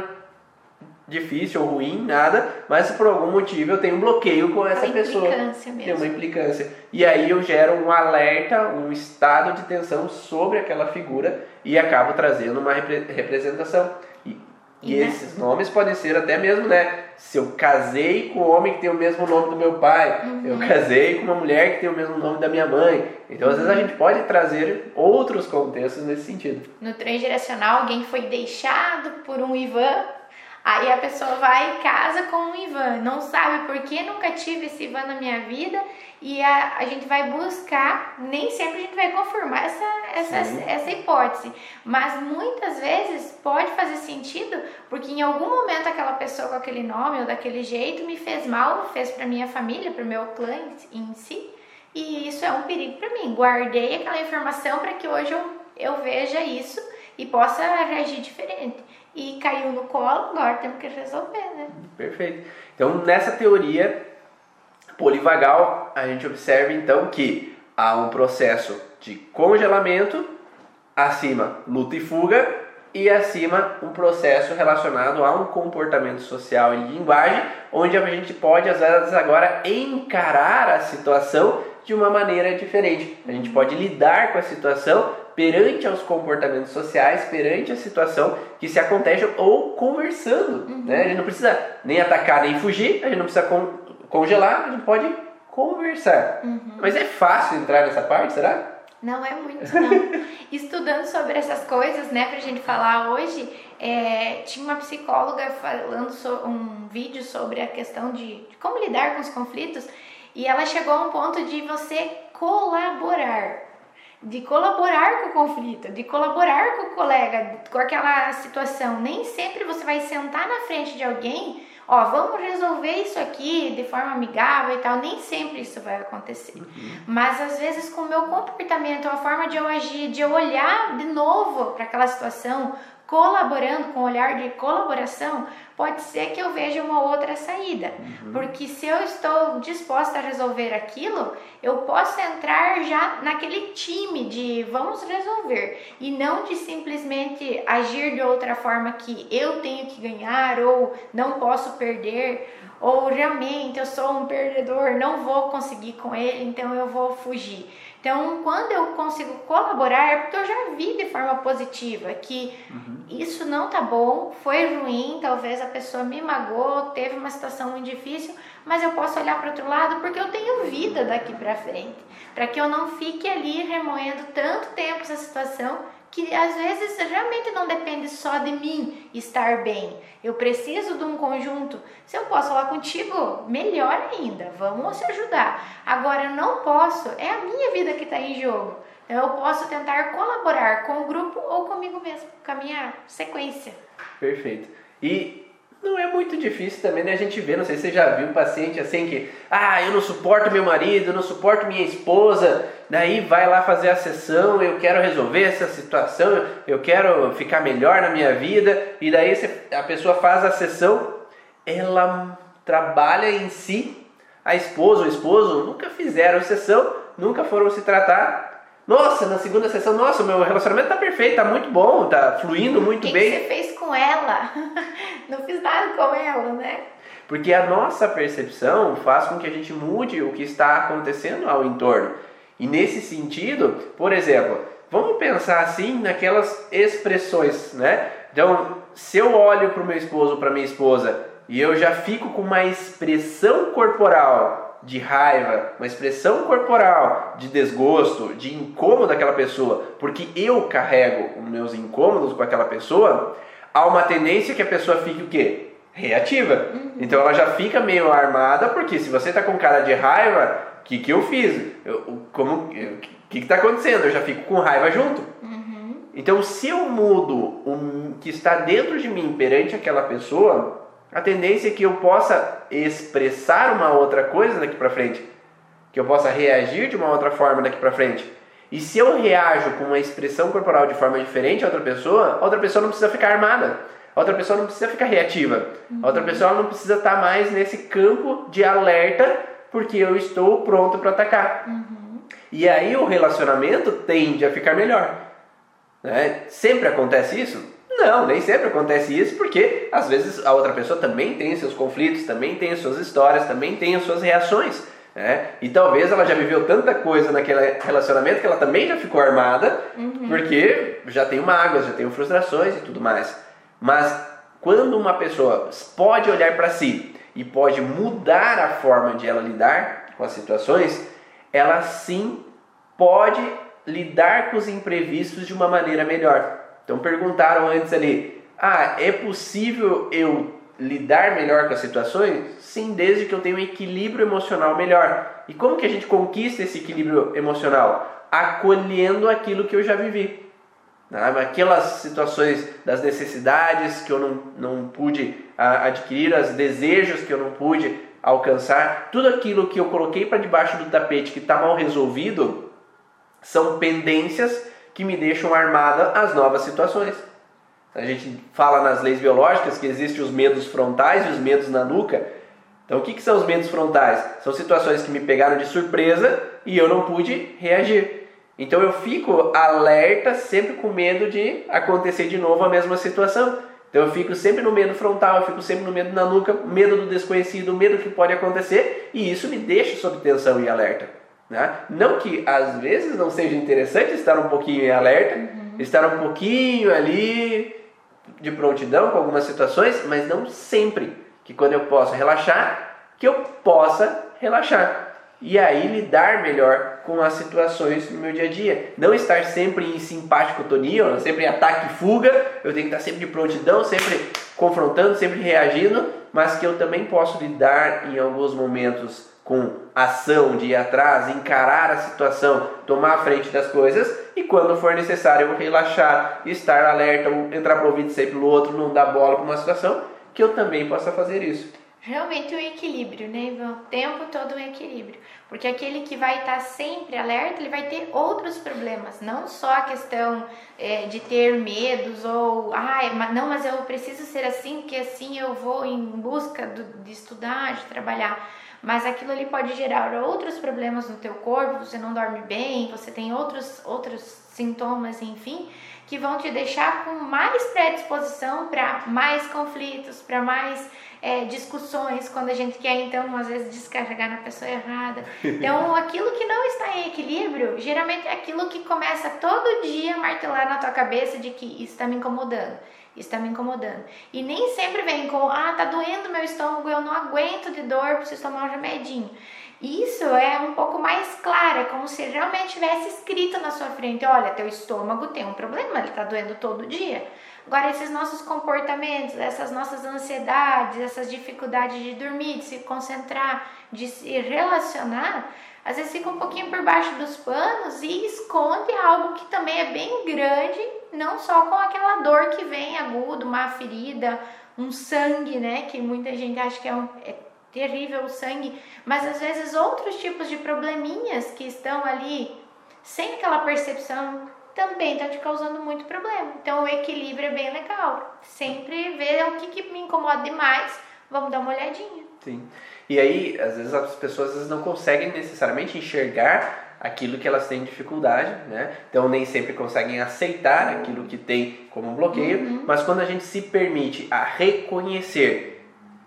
difícil ou ruim, nada, mas por algum motivo eu tenho um bloqueio com essa pessoa. Implicância mesmo. Tem uma implicância. E aí eu gero um alerta, um estado de tensão sobre aquela figura e acabo trazendo uma repre- representação. E, e esses nomes podem ser até mesmo, né? Se eu casei com um homem que tem o mesmo nome do meu pai, uhum. eu casei com uma mulher que tem o mesmo nome da minha mãe. Então, às vezes, a gente pode trazer outros contextos nesse sentido. No transgeracional, alguém foi deixado por um Ivan, aí a pessoa vai e casa com um Ivan. Não sabe por que nunca tive esse Ivan na minha vida e a, a gente vai buscar, nem sempre a gente vai confirmar essa, essa, essa hipótese, mas muitas vezes pode fazer sentido, porque em algum momento aquela pessoa com aquele nome ou daquele jeito me fez mal, fez para minha família, para o meu clã em si, e isso é um perigo para mim. Guardei aquela informação para que hoje eu, eu veja isso e possa reagir diferente. E caiu no colo, agora temos que resolver, né? Perfeito. Então, nessa teoria polivagal, a gente observa então que há um processo de congelamento, acima luta e fuga, e acima um processo relacionado a um comportamento social e linguagem, onde a gente pode, às vezes, agora encarar a situação de uma maneira diferente. A gente pode lidar com a situação perante aos comportamentos sociais, perante a situação que se acontece ou conversando. Uhum. Né? A gente não precisa nem atacar nem fugir, a gente não precisa con- congelar, a gente pode conversar. Uhum. Mas é fácil entrar nessa parte, será? Não é muito, não. Estudando sobre essas coisas, né, pra gente falar hoje, é, tinha uma psicóloga falando so, um vídeo sobre a questão de, de como lidar com os conflitos, e ela chegou a um ponto de você colaborar, de colaborar com o conflito, de colaborar com o colega, com aquela situação. Nem sempre você vai sentar na frente de alguém, ó, vamos resolver isso aqui de forma amigável e tal, nem sempre isso vai acontecer. Uhum. Mas às vezes com o meu comportamento, a forma de eu agir, de eu olhar de novo para aquela situação, colaborando com o olhar de colaboração, pode ser que eu veja uma outra saída. Uhum. Porque se eu estou disposta a resolver aquilo, eu posso entrar já naquele time de vamos resolver, e não de simplesmente agir de outra forma que eu tenho que ganhar ou não posso perder, ou realmente eu sou um perdedor, não vou conseguir com ele, então eu vou fugir. Então, quando eu consigo colaborar, é porque eu já vi de forma positiva que Uhum. isso não tá bom, foi ruim, talvez a pessoa me magoou, teve uma situação muito difícil, mas eu posso olhar para outro lado porque eu tenho vida daqui para frente, para que eu não fique ali remoendo tanto tempo essa situação que às vezes realmente não depende só de mim estar bem. Eu preciso de um conjunto. Se eu posso falar contigo, melhor ainda, vamos se ajudar. Agora, eu não posso, é a minha vida que está em jogo. Eu posso tentar colaborar com o grupo ou comigo mesmo, com a minha sequência. Perfeito. E não é muito difícil também, né? A gente vê, não sei se você já viu um paciente assim que, ah, eu não suporto meu marido, eu não suporto minha esposa, daí vai lá fazer a sessão, eu quero resolver essa situação, eu quero ficar melhor na minha vida, e daí a pessoa faz a sessão, ela trabalha em si, a esposa ou o esposo nunca fizeram sessão, nunca foram se tratar. Nossa, na segunda sessão, nossa, o meu relacionamento tá perfeito, tá muito bom, tá fluindo muito que bem. O que você fez com ela? Não fiz nada com ela, né? Porque a nossa percepção faz com que a gente mude o que está acontecendo ao entorno. E nesse sentido, por exemplo, vamos pensar assim naquelas expressões, né? Então, se eu olho para o meu esposo ou para minha esposa e eu já fico com uma expressão corporal de raiva, uma expressão corporal de desgosto, de incômodo daquela pessoa, porque eu carrego os meus incômodos com aquela pessoa, há uma tendência que a pessoa fique o quê? Reativa. Uhum. Então ela já fica meio armada, porque se você está com cara de raiva, o que, que eu fiz? Eu, como, o que está acontecendo? Eu já fico com raiva junto. Uhum. Então se eu mudo o que está dentro de mim perante aquela pessoa, a tendência é que eu possa expressar uma outra coisa daqui para frente, que eu possa reagir de uma outra forma daqui para frente. E se eu reajo com uma expressão corporal de forma diferente a outra pessoa, a outra pessoa não precisa ficar armada, a outra pessoa não precisa ficar reativa, uhum. a outra pessoa não precisa estar mais nesse campo de alerta, porque eu estou pronto para atacar. Uhum. E aí o relacionamento tende a ficar melhor. Né? Sempre acontece isso? Não, nem sempre acontece isso, porque às vezes a outra pessoa também tem seus conflitos, também tem as suas histórias, também tem as suas reações, né? E talvez ela já viveu tanta coisa naquele relacionamento que ela também já ficou armada, uhum. porque já tem mágoas, já tem frustrações e tudo mais. Mas quando uma pessoa pode olhar para si e pode mudar a forma de ela lidar com as situações, ela sim pode lidar com os imprevistos de uma maneira melhor. Então perguntaram antes ali, ah, é possível eu lidar melhor com as situações? Sim, desde que eu tenha um equilíbrio emocional melhor. E como que a gente conquista esse equilíbrio emocional? Acolhendo aquilo que eu já vivi. Aquelas situações das necessidades que eu não, não pude adquirir, os desejos que eu não pude alcançar, tudo aquilo que eu coloquei para debaixo do tapete que está mal resolvido, são pendências que me deixam armada às novas situações. A gente fala nas leis biológicas que existem os medos frontais e os medos na nuca. Então o que, que são os medos frontais? São situações que me pegaram de surpresa e eu não pude reagir. Então eu fico alerta, sempre com medo de acontecer de novo a mesma situação. Então eu fico sempre no medo frontal, eu fico sempre no medo na nuca, medo do desconhecido, medo que pode acontecer, e isso me deixa sob tensão e alerta. Né? Não que às vezes não seja interessante estar um pouquinho em alerta, uhum. estar um pouquinho ali de prontidão com algumas situações, mas não sempre. Que quando eu posso relaxar, que eu possa relaxar. E aí lidar melhor com as situações no meu dia a dia. Não estar sempre em simpaticotonia, sempre em ataque e fuga. Eu tenho que estar sempre de prontidão, sempre confrontando, sempre reagindo, mas que eu também posso lidar em alguns momentos com ação de ir atrás, encarar a situação, tomar a frente das coisas, e quando for necessário eu relaxar, estar alerta, entrar para o ouvido sempre pelo outro, não dar bola para uma situação, que eu também possa fazer isso. Realmente um equilíbrio, né, Ivan? O tempo todo um equilíbrio. Porque aquele que vai estar sempre alerta, ele vai ter outros problemas. Não só a questão é, de ter medos ou... Ah, não, mas eu preciso ser assim, porque assim eu vou em busca do, de estudar, de trabalhar. Mas aquilo ali pode gerar outros problemas no teu corpo, você não dorme bem, você tem outros, outros sintomas, enfim, que vão te deixar com mais predisposição para mais conflitos, para mais é, discussões, quando a gente quer, então, às vezes, descarregar na pessoa errada. Então, aquilo que não está em equilíbrio, geralmente é aquilo que começa todo dia a martelar na tua cabeça de que isso está me incomodando, isso está me incomodando. E nem sempre vem com, ah, tá doendo meu estômago, eu não aguento de dor, preciso tomar um remedinho. Isso é um pouco mais claro, é como se realmente tivesse escrito na sua frente, olha, teu estômago tem um problema, ele está doendo todo dia. Agora, esses nossos comportamentos, essas nossas ansiedades, essas dificuldades de dormir, de se concentrar, de se relacionar, às vezes fica um pouquinho por baixo dos panos e esconde algo que também é bem grande, não só com aquela dor que vem aguda, uma ferida, um sangue, né, que muita gente acha que é, um, é terrível o sangue, mas às vezes outros tipos de probleminhas que estão ali sem aquela percepção também estão te causando muito problema. Então o equilíbrio é bem legal. Sempre ver o que, que me incomoda demais, vamos dar uma olhadinha. Sim. E aí, às vezes as pessoas às vezes não conseguem necessariamente enxergar aquilo que elas têm dificuldade, né? Então nem sempre conseguem aceitar aquilo que tem como um bloqueio, uhum. Mas quando a gente se permite a reconhecer,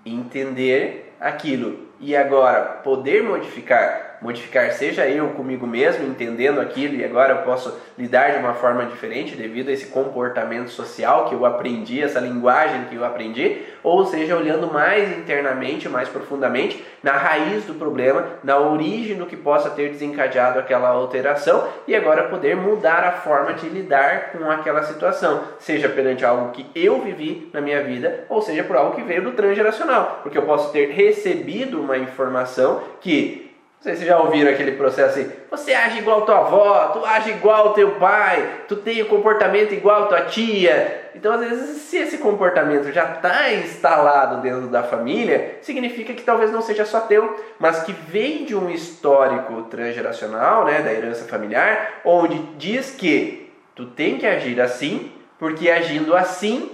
entender aquilo e agora poder modificar, modificar seja eu comigo mesmo, entendendo aquilo e agora eu posso lidar de uma forma diferente devido a esse comportamento social que eu aprendi, essa linguagem que eu aprendi, ou seja, olhando mais internamente, mais profundamente, na raiz do problema, na origem do que possa ter desencadeado aquela alteração e agora poder mudar a forma de lidar com aquela situação, seja perante algo que eu vivi na minha vida, ou seja por algo que veio do transgeracional, porque eu posso ter recebido uma informação que, não sei se vocês já ouviram aquele processo assim, você age igual tua avó, tu age igual teu pai, tu tem o comportamento igual tua tia. Então, às vezes, se esse comportamento já está instalado dentro da família, significa que talvez não seja só teu, mas que vem de um histórico transgeracional, né, da herança familiar, onde diz que tu tem que agir assim, porque agindo assim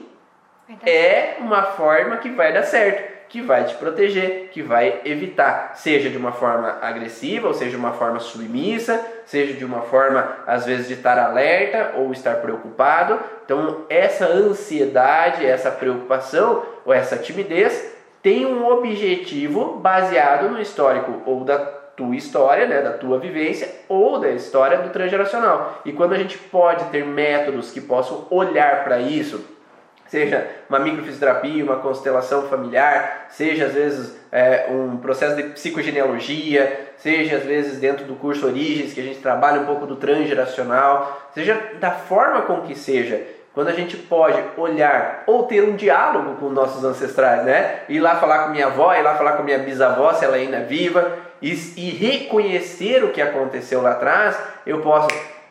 é uma forma que vai dar certo, que vai te proteger, que vai evitar, seja de uma forma agressiva, ou seja de uma forma submissa, seja de uma forma, às vezes, de estar alerta ou estar preocupado. Então, essa ansiedade, essa preocupação ou essa timidez tem um objetivo baseado no histórico ou da tua história, né, da tua vivência ou da história do transgeracional. E quando a gente pode ter métodos que possam olhar para isso, seja uma microfisioterapia, uma constelação familiar, seja às vezes é, um processo de psicogenealogia, seja às vezes dentro do curso Origens, que a gente trabalha um pouco do transgeracional, seja da forma com que seja, quando a gente pode olhar ou ter um diálogo com nossos ancestrais, né? Ir lá falar com minha avó, ir lá falar com minha bisavó, se ela ainda é viva, e, e reconhecer o que aconteceu lá atrás, eu posso...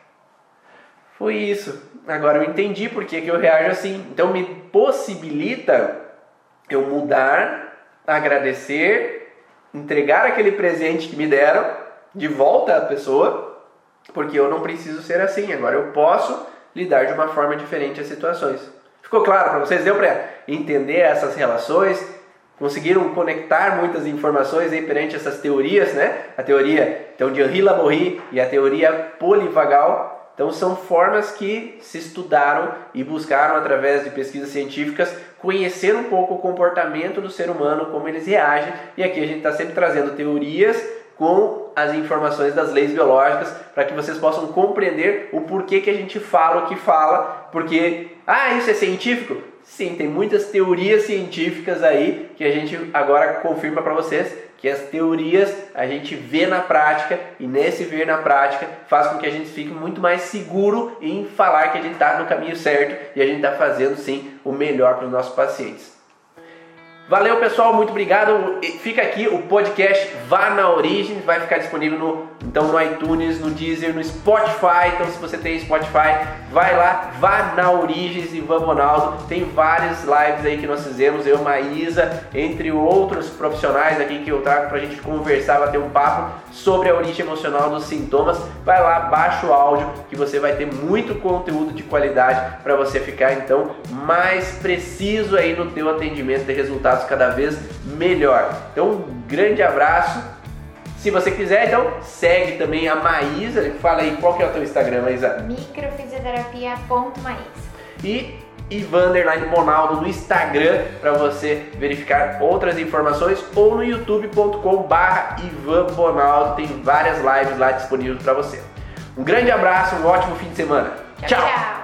Foi isso. Agora eu entendi por que que eu reajo assim. Então me possibilita eu mudar, agradecer, entregar aquele presente que me deram de volta à pessoa, porque eu não preciso ser assim. Agora eu posso lidar de uma forma diferente as situações. Ficou claro para vocês? Deu para entender essas relações? Conseguiram conectar muitas informações aí perante essas teorias, né? A teoria então, de Henri Laborie e a teoria polivagal. Então são formas que se estudaram e buscaram através de pesquisas científicas conhecer um pouco o comportamento do ser humano, como eles reagem, e aqui a gente está sempre trazendo teorias com as informações das leis biológicas para que vocês possam compreender o porquê que a gente fala o que fala, porque, ah, isso é científico? Sim, tem muitas teorias científicas aí que a gente agora confirma para vocês que as teorias a gente vê na prática e nesse ver na prática faz com que a gente fique muito mais seguro em falar que a gente está no caminho certo e a gente está fazendo sim o melhor para os nossos pacientes. Valeu pessoal, muito obrigado. Fica aqui o podcast Vá na Origem, vai ficar disponível no, então, no iTunes, no Deezer, no Spotify. Então se você tem Spotify, vai lá, Vá na Origens Ivan Bonaldo. Tem várias lives aí que nós fizemos, eu, Maísa, entre outros profissionais aqui que eu trago pra gente conversar, bater um papo sobre a origem emocional dos sintomas. Vai lá, baixa o áudio que você vai ter muito conteúdo de qualidade para você ficar então mais preciso aí no teu atendimento, ter resultados cada vez melhor. Então um grande abraço, Se você quiser, então segue também a Maísa. Fala aí, qual que é o teu Instagram, Maísa? microfisioterapia.maísa. E Ivan underline Bonaldo no Instagram para você verificar outras informações, ou no youtube ponto com barra Ivan Bonaldo. Tem várias lives lá disponíveis para você. Um grande abraço, um ótimo fim de semana. Tchau, tchau.